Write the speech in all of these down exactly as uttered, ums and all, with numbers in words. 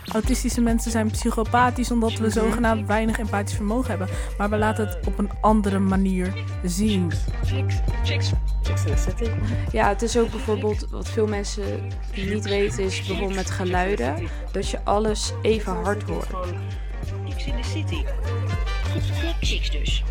autistische mensen zijn psychopathisch omdat we zogenaamd weinig empathisch vermogen hebben. Maar we laten het op een andere manier zien. Chicks, chicks, chicks in the city. Ja, het is ook bijvoorbeeld, wat veel mensen niet weten, is bijvoorbeeld met geluiden, dat je alles even hard hoort. Chicks in the city. Chicks dus.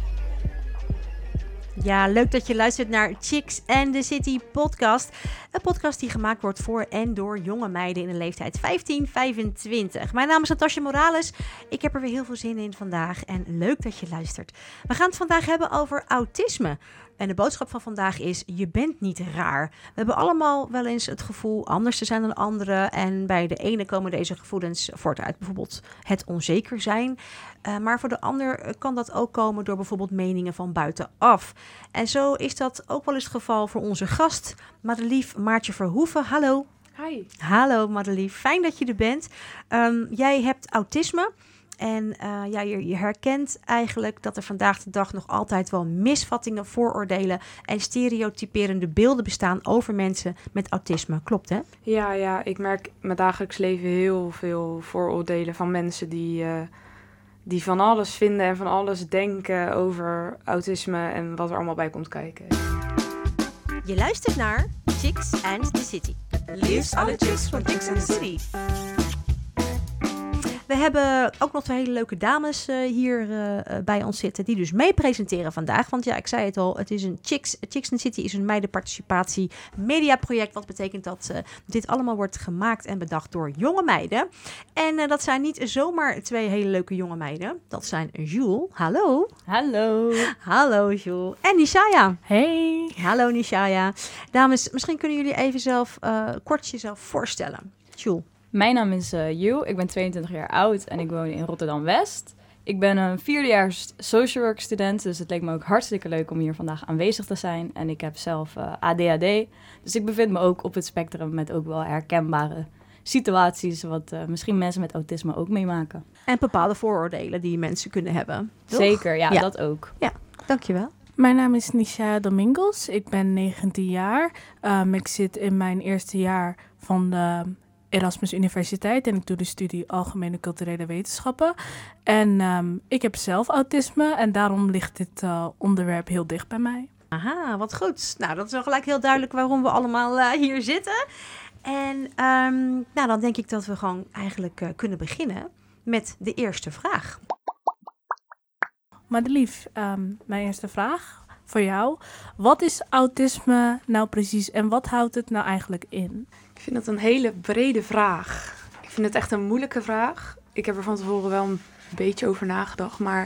Ja, leuk dat je luistert naar Chicks and the City podcast. Een podcast die gemaakt wordt voor en door jonge meiden in de leeftijd vijftien tot vijfentwintig. Mijn naam is Natasja Morales. Ik heb er weer heel veel zin in vandaag en leuk dat je luistert. We gaan het vandaag hebben over autisme. En de boodschap van vandaag is, je bent niet raar. We hebben allemaal wel eens het gevoel anders te zijn dan anderen. En bij de ene komen deze gevoelens voort uit bijvoorbeeld het onzeker zijn. Uh, maar voor de ander kan dat ook komen door bijvoorbeeld meningen van buitenaf. En zo is dat ook wel eens het geval voor onze gast, Madelief Maartje Verhoeven. Hallo. Hi. Hallo Madelief, fijn dat je er bent. Um, jij hebt autisme. En uh, ja, je, je herkent eigenlijk dat er vandaag de dag nog altijd wel misvattingen, vooroordelen en stereotyperende beelden bestaan over mensen met autisme. Klopt, hè? Ja, ja, ik merk in mijn dagelijks leven heel veel vooroordelen van mensen die, uh, die van alles vinden en van alles denken over autisme en wat er allemaal bij komt kijken. Je luistert naar Chicks and the City. Liefst alle chicks van Chicks and the City. We hebben ook nog twee hele leuke dames uh, hier uh, bij ons zitten, die dus mee presenteren vandaag. Want ja, ik zei het al, het is een Chicks, Chicks and the City is een meidenparticipatie mediaproject. Wat betekent dat uh, dit allemaal wordt gemaakt en bedacht door jonge meiden. En uh, dat zijn niet zomaar twee hele leuke jonge meiden. Dat zijn Jules, hallo. Hallo. Hallo Jules. En Nishaya. Hey. Hallo Nishaya. Dames, misschien kunnen jullie even zelf uh, kort jezelf voorstellen. Jules. Mijn naam is uh, Jules, ik ben tweeëntwintig jaar oud en ik woon in Rotterdam-West. Ik ben een vierdejaars social work student, dus het leek me ook hartstikke leuk om hier vandaag aanwezig te zijn. En ik heb zelf uh, A D H D, dus ik bevind me ook op het spectrum met ook wel herkenbare situaties, wat uh, misschien mensen met autisme ook meemaken. En bepaalde vooroordelen die mensen kunnen hebben. Toch? Zeker, ja, ja, dat ook. Ja, dankjewel. Mijn naam is Nisha Domingos, ik ben negentien jaar. Um, ik zit in mijn eerste jaar van de Erasmus Universiteit en ik doe de studie Algemene Culturele Wetenschappen. En um, ik heb zelf autisme en daarom ligt dit uh, onderwerp heel dicht bij mij. Aha, wat goed. Nou, dat is wel gelijk heel duidelijk waarom we allemaal uh, hier zitten. En um, nou, dan denk ik dat we gewoon eigenlijk uh, kunnen beginnen met de eerste vraag. Madelief, um, mijn eerste vraag voor jou. Wat is autisme nou precies en wat houdt het nou eigenlijk in? Ik vind dat een hele brede vraag. Ik vind het echt een moeilijke vraag. Ik heb er van tevoren wel een beetje over nagedacht. Maar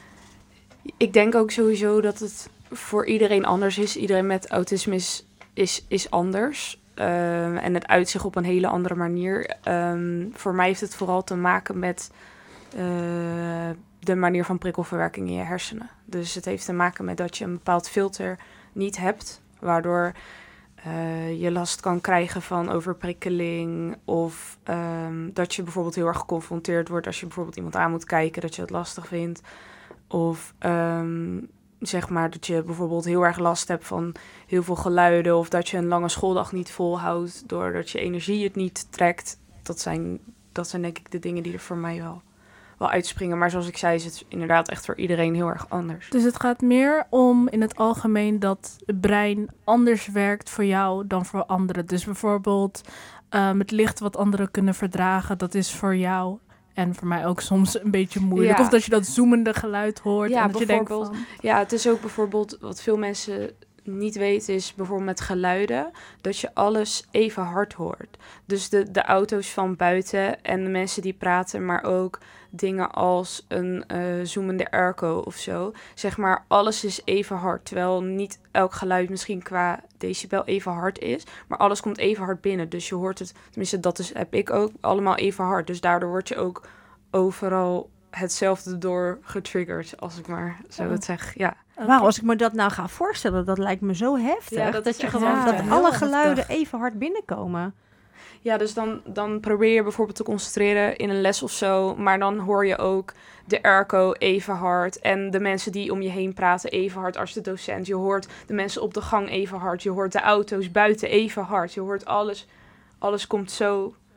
ik denk ook sowieso dat het voor iedereen anders is. Iedereen met autisme is, is, is anders. Uh, en het uitzicht op een hele andere manier. Um, voor mij heeft het vooral te maken met uh, de manier van prikkelverwerking in je hersenen. Dus het heeft te maken met dat je een bepaald filter niet hebt. Waardoor Uh, je last kan krijgen van overprikkeling of um, dat je bijvoorbeeld heel erg geconfronteerd wordt als je bijvoorbeeld iemand aan moet kijken, dat je het lastig vindt. Of um, zeg maar dat je bijvoorbeeld heel erg last hebt van heel veel geluiden of dat je een lange schooldag niet volhoudt doordat je energie het niet trekt. Dat zijn, dat zijn denk ik de dingen die er voor mij wel... wel uitspringen. Maar zoals ik zei, is het inderdaad echt voor iedereen heel erg anders. Dus het gaat meer om in het algemeen dat het brein anders werkt voor jou dan voor anderen. Dus bijvoorbeeld um, het licht wat anderen kunnen verdragen, dat is voor jou en voor mij ook soms een beetje moeilijk. Ja. Of dat je dat zoemende geluid hoort. Ja, en dat je denkt bijvoorbeeld. van... Ja, het is ook bijvoorbeeld wat veel mensen niet weten is bijvoorbeeld met geluiden dat je alles even hard hoort. Dus de, de auto's van buiten en de mensen die praten, maar ook dingen als een uh, zoemende airco of zo. Zeg maar, alles is even hard. Terwijl niet elk geluid misschien qua decibel even hard is, maar alles komt even hard binnen. Dus je hoort het, tenminste dat is, heb ik ook, allemaal even hard. Dus daardoor word je ook overal hetzelfde door getriggerd, als ik maar zo het zeg. Ja. Okay. Wauw, als ik me dat nou ga voorstellen, dat lijkt me zo heftig. Ja, dat, dat je echt, gewoon ja, dat heel alle heftig. geluiden even hard binnenkomen. Ja, dus dan, dan probeer je bijvoorbeeld te concentreren in een les of zo, maar dan hoor je ook de airco even hard en de mensen die om je heen praten even hard als de docent. Je hoort de mensen op de gang even hard, je hoort de auto's buiten even hard. Je hoort alles, alles komt zo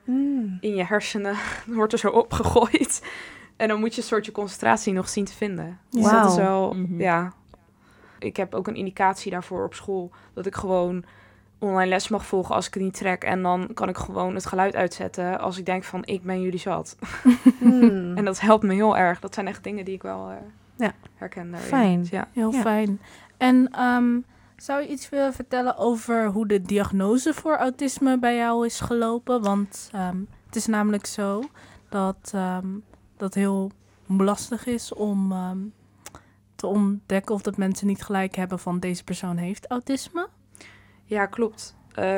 Mm. in je hersenen. Dan wordt er zo opgegooid. En dan moet je een soort je concentratie nog zien te vinden. Dus Wauw. dat is wel, Mhm. ja. Ik heb ook een indicatie daarvoor op school. Dat ik gewoon online les mag volgen als ik het niet trek. En dan kan ik gewoon het geluid uitzetten als ik denk van, ik ben jullie zat. Mm. En dat helpt me heel erg. Dat zijn echt dingen die ik wel uh, Ja. herken daarin. Fijn. Ja. Heel Ja. fijn. En ehm, zou je iets willen vertellen over hoe de diagnose voor autisme bij jou is gelopen? Want ehm, het is namelijk zo dat ehm, dat heel lastig is om ehm, te ontdekken of dat mensen niet gelijk hebben van deze persoon heeft autisme. Ja, klopt.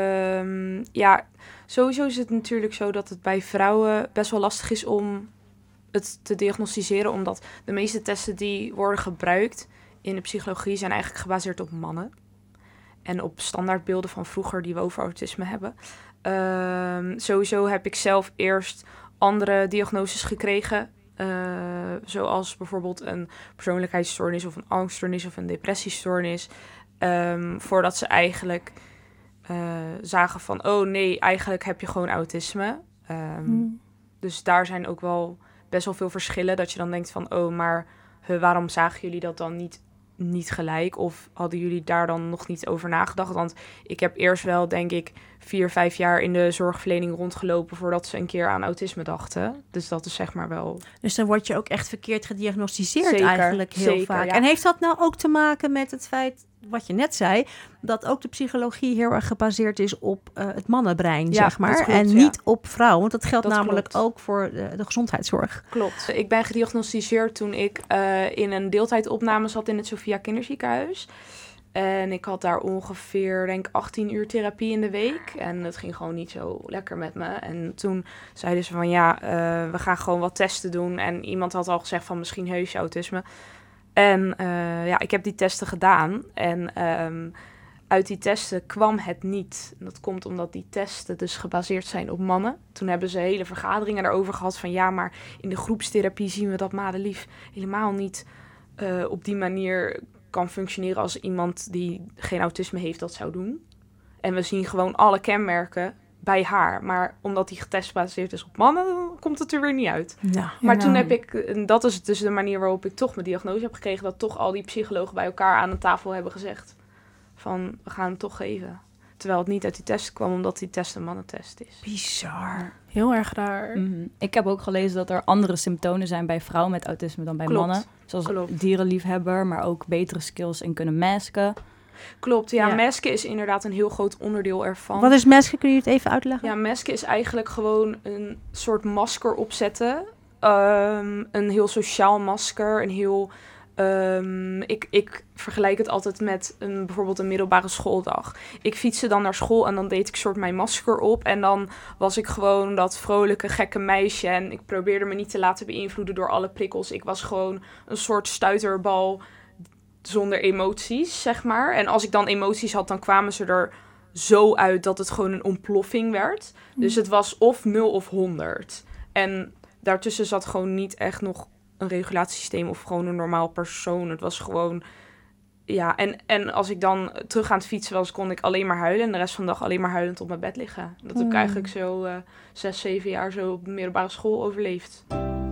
Um, ja, sowieso is het natuurlijk zo dat het bij vrouwen best wel lastig is om het te diagnosticeren. Omdat de meeste testen die worden gebruikt in de psychologie zijn eigenlijk gebaseerd op mannen. En op standaardbeelden van vroeger die we over autisme hebben. Um, sowieso heb ik zelf eerst andere diagnoses gekregen. Uh, zoals bijvoorbeeld een persoonlijkheidsstoornis of een angststoornis of een depressiestoornis. Um, voordat ze eigenlijk uh, zagen van, oh nee, eigenlijk heb je gewoon autisme. Um, Hmm. Dus daar zijn ook wel best wel veel verschillen. Dat je dan denkt van, oh, maar huh, waarom zagen jullie dat dan niet, niet gelijk? Of hadden jullie daar dan nog niet over nagedacht? Want ik heb eerst wel, denk ik, vier, vijf jaar in de zorgverlening rondgelopen voordat ze een keer aan autisme dachten. Dus dat is zeg maar wel... Dus dan word je ook echt verkeerd gediagnosticeerd Zeker, eigenlijk heel zeker, vaak. ja. En heeft dat nou ook te maken met het feit, wat je net zei, dat ook de psychologie heel erg gebaseerd is op uh, het mannenbrein, Ja, zeg maar. dat klopt, en ja. niet op vrouwen, want dat geldt Dat namelijk klopt. ook voor de, de gezondheidszorg. Klopt. Ik ben gediagnosticeerd toen ik uh, in een deeltijdopname zat in het Sophia Kinderziekenhuis. En ik had daar ongeveer, denk ik, achttien uur therapie in de week. En het ging gewoon niet zo lekker met me. En toen zeiden ze van, ja, uh, we gaan gewoon wat testen doen. En iemand had al gezegd van, misschien heus je autisme. En uh, ja, ik heb die testen gedaan. En um, uit die testen kwam het niet. En dat komt omdat die testen dus gebaseerd zijn op mannen. Toen hebben ze hele vergaderingen daarover gehad van, ja, maar in de groepstherapie zien we dat madelief helemaal niet uh, op die manier kan functioneren als iemand die geen autisme heeft dat zou doen. En we zien gewoon alle kenmerken bij haar. Maar omdat die getest gebaseerd is op mannen, dan komt het er weer niet uit. Ja. Maar Ja. toen heb ik, en dat is dus de manier waarop ik toch mijn diagnose heb gekregen, dat toch al die psychologen bij elkaar aan een tafel hebben gezegd van, we gaan hem toch geven. Terwijl het niet uit die test kwam, omdat die test een mannentest is. Bizar. Heel erg raar. Mm-hmm. Ik heb ook gelezen dat er andere symptomen zijn bij vrouwen met autisme dan bij Klopt. mannen. Zoals Klopt. dierenliefhebber, maar ook betere skills in kunnen masken. Klopt, ja, Ja. masken is inderdaad een heel groot onderdeel ervan. Wat is masken? Kun je het even uitleggen? Ja, masken is eigenlijk gewoon een soort masker opzetten. Um, een heel sociaal masker, een heel... Um, ik, ik vergelijk het altijd met een, bijvoorbeeld een middelbare schooldag. Ik fietste dan naar school en dan deed ik soort mijn masker op. En dan was ik gewoon dat vrolijke, gekke meisje. En ik probeerde me niet te laten beïnvloeden door alle prikkels. Ik was gewoon een soort stuiterbal zonder emoties, zeg maar. En als ik dan emoties had, dan kwamen ze er zo uit dat het gewoon een ontploffing werd. Dus het was of nul of honderd. En daartussen zat gewoon niet echt nog een regulatiesysteem of gewoon een normaal persoon. Het was gewoon, ja, en, en als ik dan terug aan het fietsen was, kon ik alleen maar huilen en de rest van de dag alleen maar huilend op mijn bed liggen. Dat heb ik eigenlijk zo uh, zes, zeven jaar zo op de middelbare school overleefd.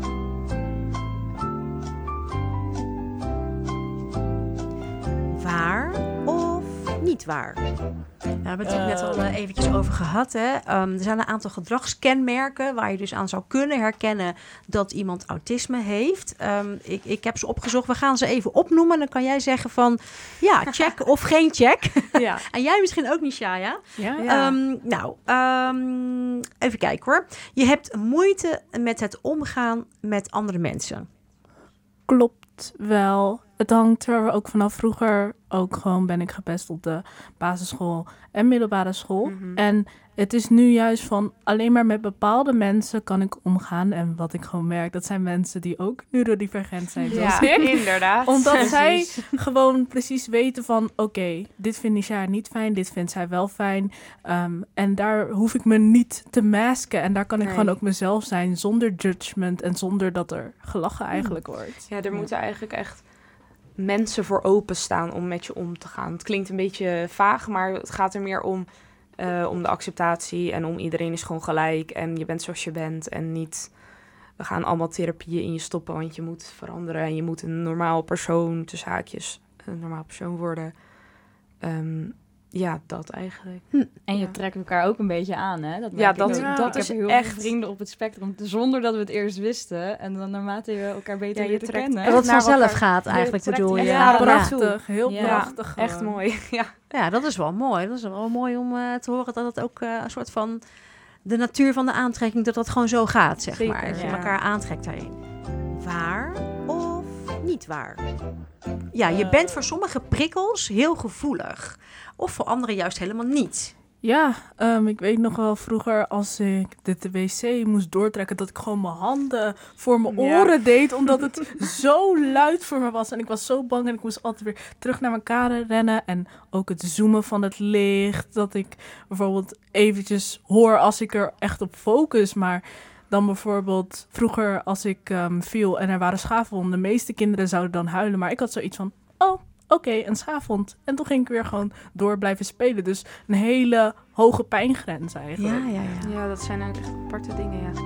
Waar of niet waar? We hebben het er net al uh, eventjes over gehad. Hè? Um, er zijn een aantal gedragskenmerken waar je dus aan zou kunnen herkennen dat iemand autisme heeft. Um, ik, ik heb ze opgezocht. We gaan ze even opnoemen. Dan kan jij zeggen van ja, check of geen check. Ja. En jij misschien ook niet, Shaya. Ja, Ja. Um, nou, um, even kijken hoor. Je hebt moeite met het omgaan met andere mensen. klopt wel. Het hangt er ook vanaf vroeger. Ook gewoon ben ik gepest op de basisschool en middelbare school. Mm-hmm. En het is nu juist van alleen maar met bepaalde mensen kan ik omgaan. En wat ik gewoon merk, dat zijn mensen die ook neurodivergent zijn. Zoals Ja, ik. inderdaad. Omdat zij gewoon precies weten van, oké, okay, dit vindt Nisha niet fijn, dit vindt zij wel fijn. Um, en daar hoef ik me niet te masken. En daar kan ik Nee. gewoon ook mezelf zijn, zonder judgment en zonder dat er gelachen eigenlijk wordt. Ja, er moeten eigenlijk echt mensen voor openstaan om met je om te gaan. Het klinkt een beetje vaag, maar het gaat er meer om Uh, om de acceptatie en om iedereen is gewoon gelijk. En je bent zoals je bent en niet... We gaan allemaal therapieën in je stoppen, want je moet veranderen. En je moet een normaal persoon, tussen haakjes, een normaal persoon worden. Um, ja, dat eigenlijk. Hm. En je ja. trekt elkaar ook een beetje aan, hè? Dat ja, dat, ja, dat ik is heb heel echt... veel vrienden op het spectrum, zonder dat we het eerst wisten. En dan naarmate je elkaar beter ja, leert trekt, kennen. En wat vanzelf elkaar, gaat eigenlijk, bedoel je? Ja, Ja, ja, prachtig. Heel ja. prachtig. Ja, echt mooi, ja. Ja, dat is wel mooi. Dat is wel mooi om uh, te horen dat het ook uh, een soort van... de natuur van de aantrekking, dat dat gewoon zo gaat, zeg Zeker, maar. Dat je ja. elkaar aantrekt daarin. Waar of niet waar? Ja, je bent voor sommige prikkels heel gevoelig. Of voor anderen juist helemaal niet. Ja, um, ik weet nog wel vroeger als ik de, de wc moest doortrekken... dat ik gewoon mijn handen voor mijn Ja. oren deed... omdat het zo luid voor me was. En ik was zo bang en ik moest altijd weer terug naar mijn kamer rennen. En ook het zoomen van het licht. Dat ik bijvoorbeeld eventjes hoor als ik er echt op focus. Maar dan bijvoorbeeld vroeger als ik um, viel en er waren schaafwonden... de meeste kinderen zouden dan huilen. Maar ik had zoiets van, oh... Oké, okay, een schaafwond. En toen ging ik weer gewoon door blijven spelen. Dus een hele hoge pijngrens eigenlijk. Ja, ja, ja. Ja, dat zijn eigenlijk echt aparte dingen, ja.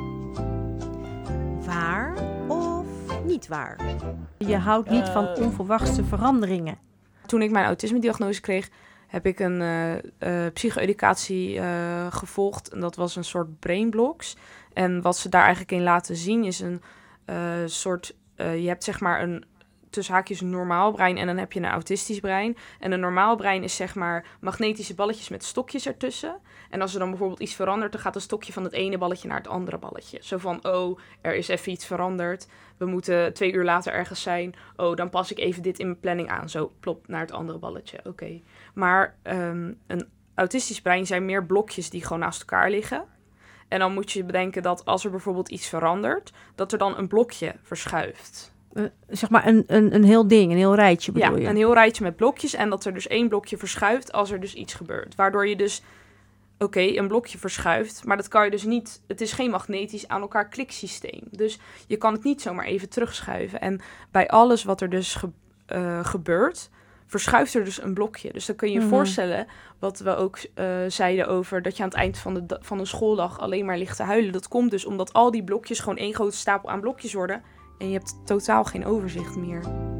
Waar of niet waar? Je houdt niet uh, van onverwachte veranderingen. Toen ik mijn autisme-diagnose kreeg, heb ik een uh, uh, psycho-educatie uh, gevolgd. En dat was een soort brainblocks. En wat ze daar eigenlijk in laten zien is een uh, soort... Uh, je hebt zeg maar een... tussen haakjes een normaal brein en dan heb je een autistisch brein. En een normaal brein is zeg maar magnetische balletjes met stokjes ertussen. En als er dan bijvoorbeeld iets verandert, dan gaat een stokje van het ene balletje naar het andere balletje. Zo van, oh, er is even iets veranderd. We moeten twee uur later ergens zijn. Oh, dan pas ik even dit in mijn planning aan. Zo, plop, naar het andere balletje. Oké. Okay. Maar um, een autistisch brein zijn meer blokjes die gewoon naast elkaar liggen. En dan moet je bedenken dat als er bijvoorbeeld iets verandert, dat er dan een blokje verschuift. Uh, zeg maar een, een, een heel ding, een heel rijtje bedoel ja, je? een heel rijtje met blokjes. En dat er dus één blokje verschuift als er dus iets gebeurt. Waardoor je dus, oké, okay, een blokje verschuift. Maar dat kan je dus niet, het is geen magnetisch aan elkaar kliksysteem. Dus je kan het niet zomaar even terugschuiven. En bij alles wat er dus ge, uh, gebeurt, verschuift er dus een blokje. Dus dan kun je je mm-hmm. voorstellen, wat we ook uh, zeiden over dat je aan het eind van de, van de schooldag alleen maar ligt te huilen. Dat komt dus omdat al die blokjes gewoon één grote stapel aan blokjes worden. En je hebt totaal geen overzicht meer.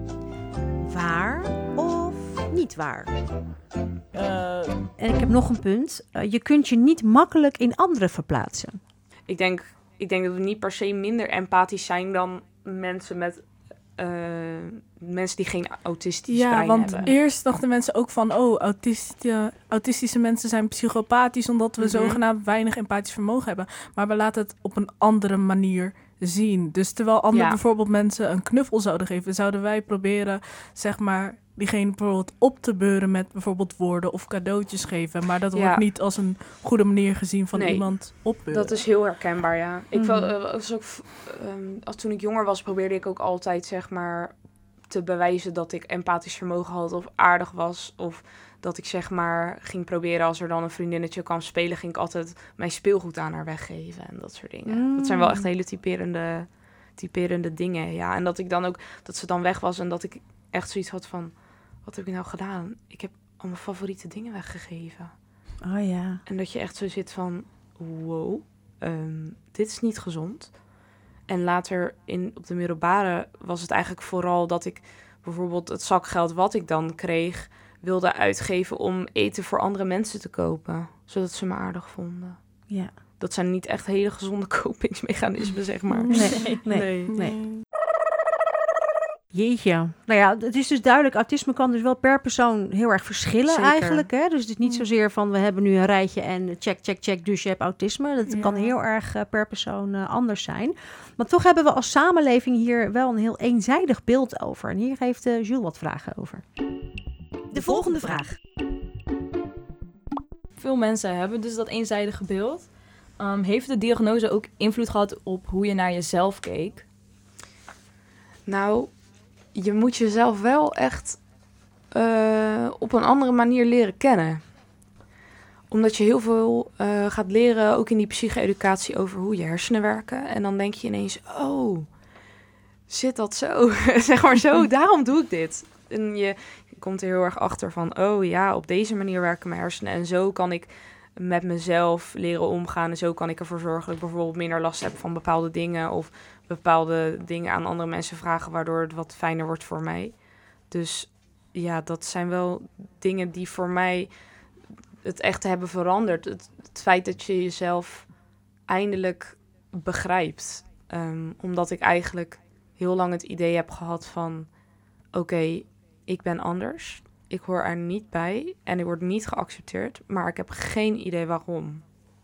Waar of niet waar? Uh, en ik heb nog een punt. Uh, je kunt je niet makkelijk in anderen verplaatsen. Ik denk, ik denk dat we niet per se minder empathisch zijn dan mensen met... Uh, mensen die geen autistisch ja, brein hebben. Ja, want eerst dachten mensen ook van... oh, autistische, autistische mensen zijn psychopathisch... omdat we mm-hmm. zogenaamd weinig empathisch vermogen hebben. Maar we laten het op een andere manier zien. Dus terwijl anderen ja. bijvoorbeeld mensen een knuffel zouden geven... zouden wij proberen, zeg maar... diegene bijvoorbeeld op te beuren met bijvoorbeeld woorden of cadeautjes geven. Maar dat wordt ja. niet als een goede manier gezien van nee, iemand opbeuren. Dat is heel herkenbaar, ja. Ik mm. wel, uh, was ook, um, als toen ik jonger was, probeerde ik ook altijd, zeg maar, te bewijzen dat ik empathisch vermogen had of aardig was. Of dat ik, zeg maar, ging proberen als er dan een vriendinnetje kwam spelen, ging ik altijd mijn speelgoed aan haar weggeven en dat soort dingen. Mm. Dat zijn wel echt hele typerende, typerende dingen, ja. En dat ik dan ook, dat ze dan weg was en dat ik echt zoiets had van... Wat heb ik nou gedaan? Ik heb al mijn favoriete dingen weggegeven. Oh ja. En dat je echt zo zit van... Wow, um, dit is niet gezond. En later in, op de middelbare was het eigenlijk vooral dat ik... bijvoorbeeld het zakgeld wat ik dan kreeg... wilde uitgeven om eten voor andere mensen te kopen. Zodat ze me aardig vonden. Ja. Dat zijn niet echt hele gezonde kopingsmechanismen, zeg maar. Nee, nee, nee. nee. Jeetje. Nou ja, het is dus duidelijk, autisme kan dus wel per persoon heel erg verschillen. Zeker. Eigenlijk. Hè? Dus het is niet zozeer van, we hebben nu een rijtje en check, check, check, dus je hebt autisme. Dat ja. kan heel erg uh, per persoon uh, anders zijn. Maar toch hebben we als samenleving hier wel een heel eenzijdig beeld over. En hier heeft uh, Jules wat vragen over. De volgende vraag. Veel mensen hebben dus dat eenzijdige beeld. Um, heeft de diagnose ook invloed gehad op hoe je naar jezelf keek? Nou... Je moet jezelf wel echt uh, op een andere manier leren kennen. Omdat je heel veel uh, gaat leren, ook in die psycho-educatie, over hoe je hersenen werken. En dan denk je ineens, oh, zit dat zo? Zeg maar zo, daarom doe ik dit. En je, je komt er heel erg achter van, oh ja, op deze manier werken mijn hersenen. En zo kan ik met mezelf leren omgaan. En zo kan ik ervoor zorgen dat ik bijvoorbeeld minder last heb van bepaalde dingen. Of bepaalde dingen aan andere mensen vragen, waardoor het wat fijner wordt voor mij. Dus ja, dat zijn wel dingen die voor mij het echt hebben veranderd. Het, het feit dat je jezelf eindelijk begrijpt. Um, omdat ik eigenlijk heel lang het idee heb gehad van... Oké, okay, ik ben anders. Ik hoor er niet bij en ik word niet geaccepteerd. Maar ik heb geen idee waarom.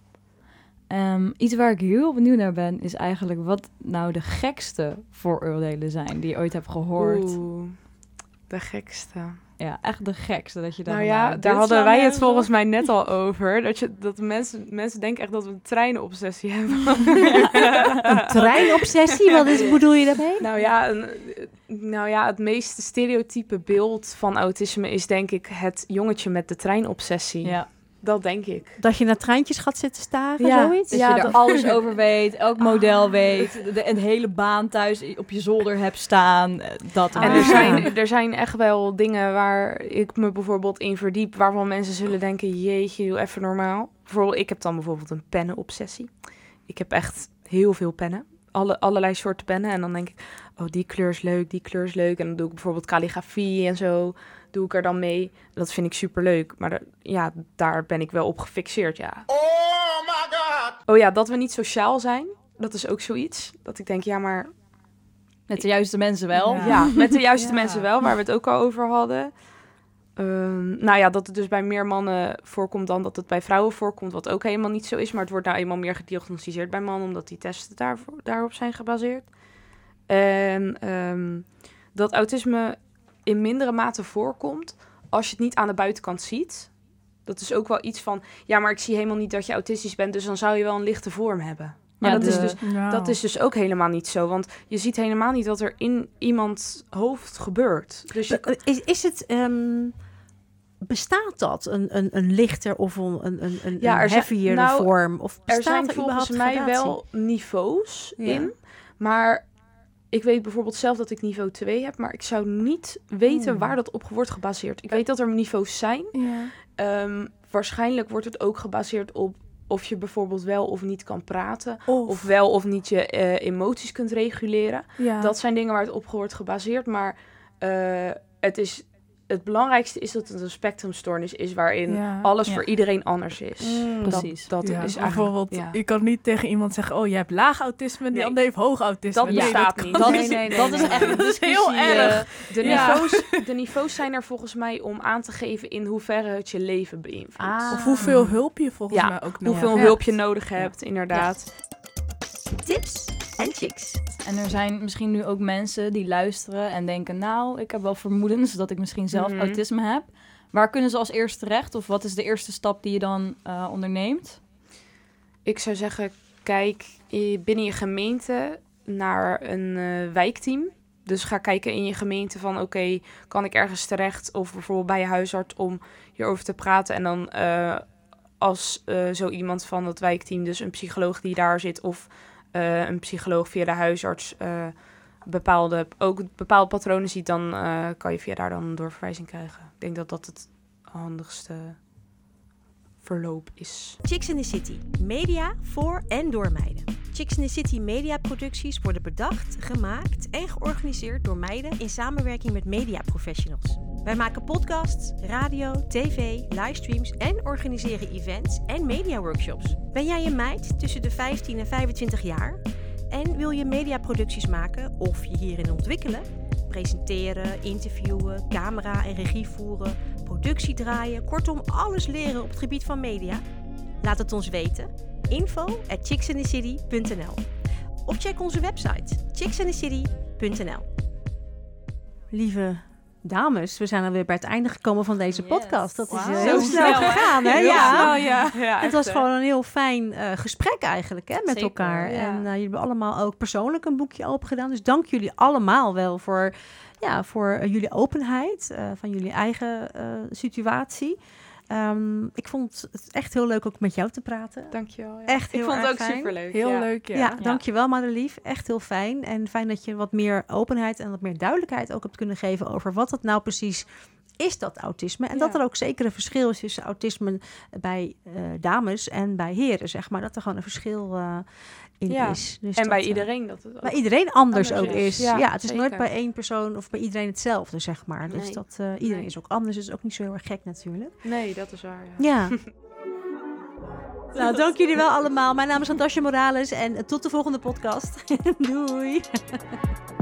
Um, iets waar ik heel benieuwd naar ben, is eigenlijk wat nou de gekste vooroordelen zijn die je ooit hebt gehoord. Oeh, de gekste. Ja, echt de gekste. Dat je dan, nou ja, nou, daar hadden wij het volgens mij net al over. Dat, je, dat mensen, mensen denken echt dat we een treinobsessie hebben. Een treinobsessie? Wat is, bedoel je daarmee? Nou ja, een, nou ja, het meest stereotype beeld van autisme is denk ik het jongetje met de treinobsessie. Ja. Dat denk ik. Dat je naar treintjes gaat zitten staren, ja, zoiets? Dat ja, je er dat... alles over weet, elk model ah. weet, de, een hele baan thuis op je zolder hebt staan. Dat en ah. er zijn, er zijn echt wel dingen waar ik me bijvoorbeeld in verdiep, waarvan mensen zullen denken, jeetje, doe even normaal. Bijvoorbeeld, ik heb dan bijvoorbeeld een pennenobsessie. Ik heb echt heel veel pennen. Alle, allerlei soorten pennen. En dan denk ik, oh, die kleur is leuk, die kleur is leuk. En dan doe ik bijvoorbeeld kalligrafie en zo. Doe ik er dan mee. Dat vind ik superleuk. Maar de, ja, daar ben ik wel op gefixeerd, ja. Oh my god! Oh ja, dat we niet sociaal zijn. Dat is ook zoiets. Dat ik denk, ja, maar... Met de juiste mensen wel. Ja, ja met de juiste ja. mensen wel. Waar we het ook al over hadden. Um, nou ja, dat het dus bij meer mannen voorkomt dan dat het bij vrouwen voorkomt. Wat ook helemaal niet zo is. Maar het wordt nou eenmaal meer gediagnosticeerd bij mannen. Omdat die testen daarvoor, daarop zijn gebaseerd. En um, dat autisme in mindere mate voorkomt als je het niet aan de buitenkant ziet. Dat is ook wel iets van... Ja, maar ik zie helemaal niet dat je autistisch bent. Dus dan zou je wel een lichte vorm hebben. Maar ja, dat, de... is dus, nou. dat is dus ook helemaal niet zo. Want je ziet helemaal niet wat er in iemands hoofd gebeurt. Dus je... is, is het... Um... Bestaat dat, een, een, een lichter of een, een, een, ja, een heavier nou, vorm? Of bestaat er zijn er volgens mij gradatie? wel niveaus ja. in. Maar ik weet bijvoorbeeld zelf dat ik niveau twee heb. Maar ik zou niet weten hmm. waar dat op wordt gebaseerd. Ik weet dat er niveaus zijn. Ja. Um, waarschijnlijk wordt het ook gebaseerd op of je bijvoorbeeld wel of niet kan praten. Of, of wel of niet je uh, emoties kunt reguleren. Ja. Dat zijn dingen waar het op wordt gebaseerd. Maar uh, het is... Het belangrijkste is dat het een spectrumstoornis is waarin ja. alles ja. voor iedereen anders is. Mm, dat, precies. Dat ja, is bijvoorbeeld, ja. je kan niet tegen iemand zeggen, oh, je hebt laag autisme en die Nee. ander heeft hoog autisme. Dat nee, bestaat dat niet. Dat, Nee, is, nee, nee, dat nee, is nee. echt een Dat is heel discussie, erg. uh, De, Ja. niveaus, de niveaus zijn er volgens mij om aan te geven in hoeverre het je leven beïnvloedt. Ah. Of hoeveel hulp je volgens Ja, mij ook nodig Hoeveel hebt. hulp je nodig hebt, inderdaad. Tips en chicks. En er zijn misschien nu ook mensen die luisteren en denken... nou, ik heb wel vermoedens dat ik misschien zelf Mm-hmm. autisme heb. Waar kunnen ze als eerste terecht? Of wat is de eerste stap die je dan uh, onderneemt? Ik zou zeggen, kijk binnen je gemeente naar een uh, wijkteam. Dus ga kijken in je gemeente van... oké, okay, kan ik ergens terecht? Of bijvoorbeeld bij je huisarts om hierover te praten. En dan uh, als uh, zo iemand van het wijkteam... dus een psycholoog die daar zit... of uh, een psycholoog via de huisarts... Uh, bepaalde, ook bepaalde patronen ziet... dan uh, kan je via daar dan een doorverwijzing krijgen. Ik denk dat dat het handigste verloop is. Chicks in the City. Media voor en door meiden. Chicks in the City mediaproducties worden bedacht, gemaakt en georganiseerd door meiden in samenwerking met mediaprofessionals. Wij maken podcasts, radio, tv, livestreams en organiseren events en mediaworkshops. Ben jij een meid tussen de vijftien en vijfentwintig jaar en wil je mediaproducties maken of je hierin ontwikkelen? Presenteren, interviewen, camera en regie voeren, productie draaien, kortom alles leren op het gebied van media? Laat het ons weten. info at chicks in the city dot n l of check onze website chicks in the city dot n l. Lieve dames, we zijn alweer bij het einde gekomen van deze Yes. podcast. Dat is Wauw. uh, heel Zo snel snel, hè? gegaan, hè? Heel Ja. snel, ja. ja Het was gewoon een heel fijn uh, gesprek eigenlijk hè, met Zeker, elkaar. ja. En uh, jullie hebben allemaal ook persoonlijk een boekje open gedaan. Dus dank jullie allemaal wel voor, ja, voor uh, jullie openheid, uh, van jullie eigen uh, situatie. Um, ik vond het echt heel leuk ook met jou te praten. Dankjewel. Ja. Echt heel Ik vond het erg ook fijn. superleuk. Heel ja. leuk, ja. Ja, ja. dankjewel Madelief. Echt heel fijn. En fijn dat je wat meer openheid en wat meer duidelijkheid ook hebt kunnen geven over wat het nou precies is dat autisme. En Ja. dat er ook zeker een verschil is tussen autisme bij uh, dames en bij heren, zeg maar. Dat er gewoon een verschil uh, in Ja. is. Dus en dat, bij uh, iedereen dat het ook bij iedereen anders, anders ook is. is. Ja, Ja, het is zeker. nooit bij één persoon of bij iedereen hetzelfde, zeg maar. Dus Nee. dat uh, iedereen Nee. is ook anders. Dus ook niet zo heel erg gek natuurlijk. Nee, dat is waar. Ja. Ja. Nou, dank jullie wel allemaal. Mijn naam is Natasja Morales en tot de volgende podcast. Doei!